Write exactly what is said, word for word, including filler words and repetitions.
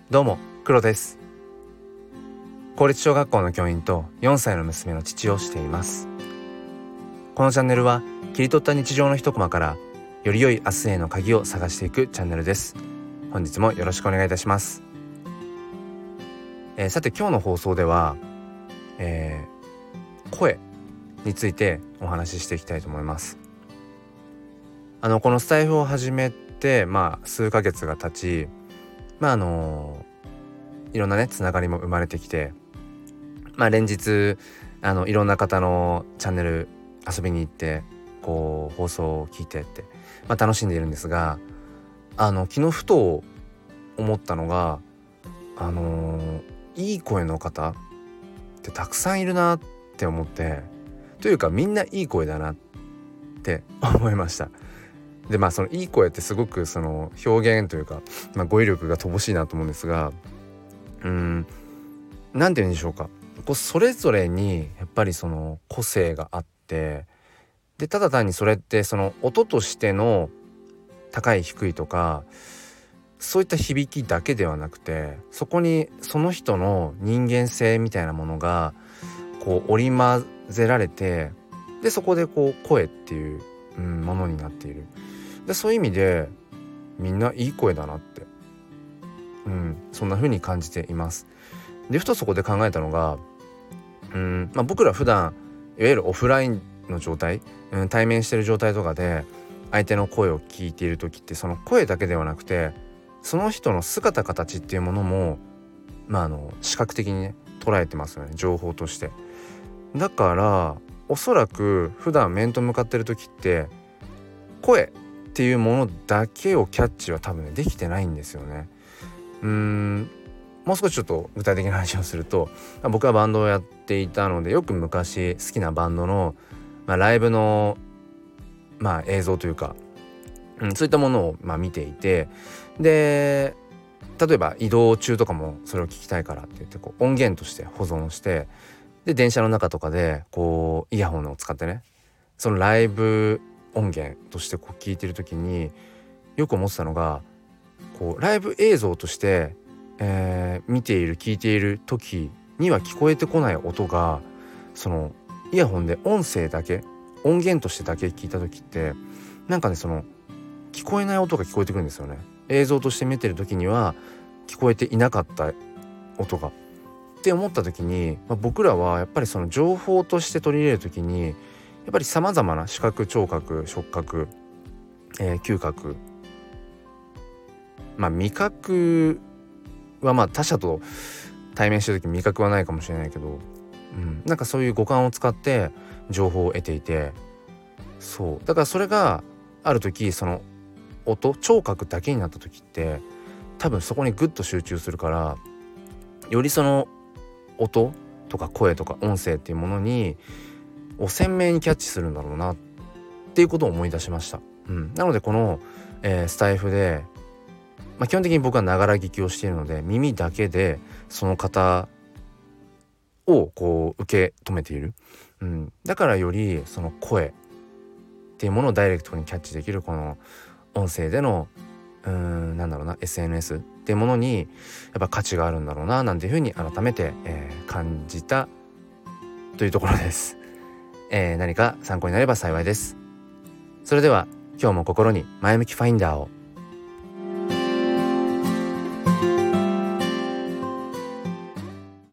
どうも、黒です。公立小学校の教員とよんさいの娘の父をしています。このチャンネルは切り取った日常の一コマからより良い明日への鍵を探していくチャンネルです。本日もよろしくお願いいたします。えー、さて今日の放送では、えー、声についてお話ししていきたいと思います。あのこのスタイフを始めてまあ数ヶ月が経ち、まああのいろんなねつながりも生まれてきて、まあ連日あのいろんな方のチャンネル遊びに行ってこう放送を聞いてって、まあ、楽しんでいるんですが、あの昨日ふと思ったのがあのー、いい声の方ってたくさんいるなって思って、というかみんないい声だなって思いました。でまあそのいい声ってすごくその表現というか、まあ、語彙力が乏しいなと思うんですが、うーんなんて言うんでしょうか、こうそれぞれにやっぱりその個性があって、でただ単にそれってその音としての高い低いとかそういった響きだけではなくて、そこにその人の人間性みたいなものがこう織り交ぜられて、でそこでこう声っていう、うん、ものになっている。でそういう意味でみんないい声だなって、うん、そんな風に感じています。でふとそこで考えたのが、うん、まあ、僕ら普段いわゆるオフラインの状態、うん、対面してる状態とかで相手の声を聞いている時って、その声だけではなくてその人の姿形っていうものも、まあ、あの視覚的にね捉えてますよね、情報として。だからおそらく普段面と向かってる時って声っていうものだけをキャッチは多分ねできてないんですよね。うーんもう少しちょっと具体的な話をすると、僕はバンドをやっていたのでよく昔好きなバンドの、まあ、ライブの、まあ、映像というか、うん、そういったものを、まあ、見ていて、で例えば移動中とかもそれを聞きたいからって言ってこう音源として保存して、で電車の中とかでこうイヤホンを使ってねそのライブ音源としてこう聞いてる時によく思ってたのが、こうライブ映像としてえー、見ている聞いている時には聞こえてこない音が、そのイヤホンで音声だけ音源としてだけ聞いた時ってなんかねその聞こえない音が聞こえてくるんですよね。映像として見てる時には聞こえていなかった音がって思った時に、まあ、僕らはやっぱりその情報として取り入れる時にやっぱり様々な視覚聴覚触覚、えー、嗅覚、まあ味覚はまあ他者と対面してる時味覚はないかもしれないけど、うん、なんかそういう五感を使って情報を得ていて、そうだからそれがある時その音聴覚だけになった時って多分そこにグッと集中するから、よりその音とか声とか音声っていうものにを鮮明にキャッチするんだろうなっていうことを思い出しました。うん、なのでこの、えー、スタイフでまあ、基本的に僕はながら聞きをしているので耳だけでその方をこう受け止めている、うん、だからよりその声っていうものをダイレクトにキャッチできるこの音声でのうーんなんだろうな エスエヌエス っていうものにやっぱ価値があるんだろうななんていうふうに改めて、えー、感じたというところです、えー、何か参考になれば幸いです。それでは今日も心に前向きファインダーを。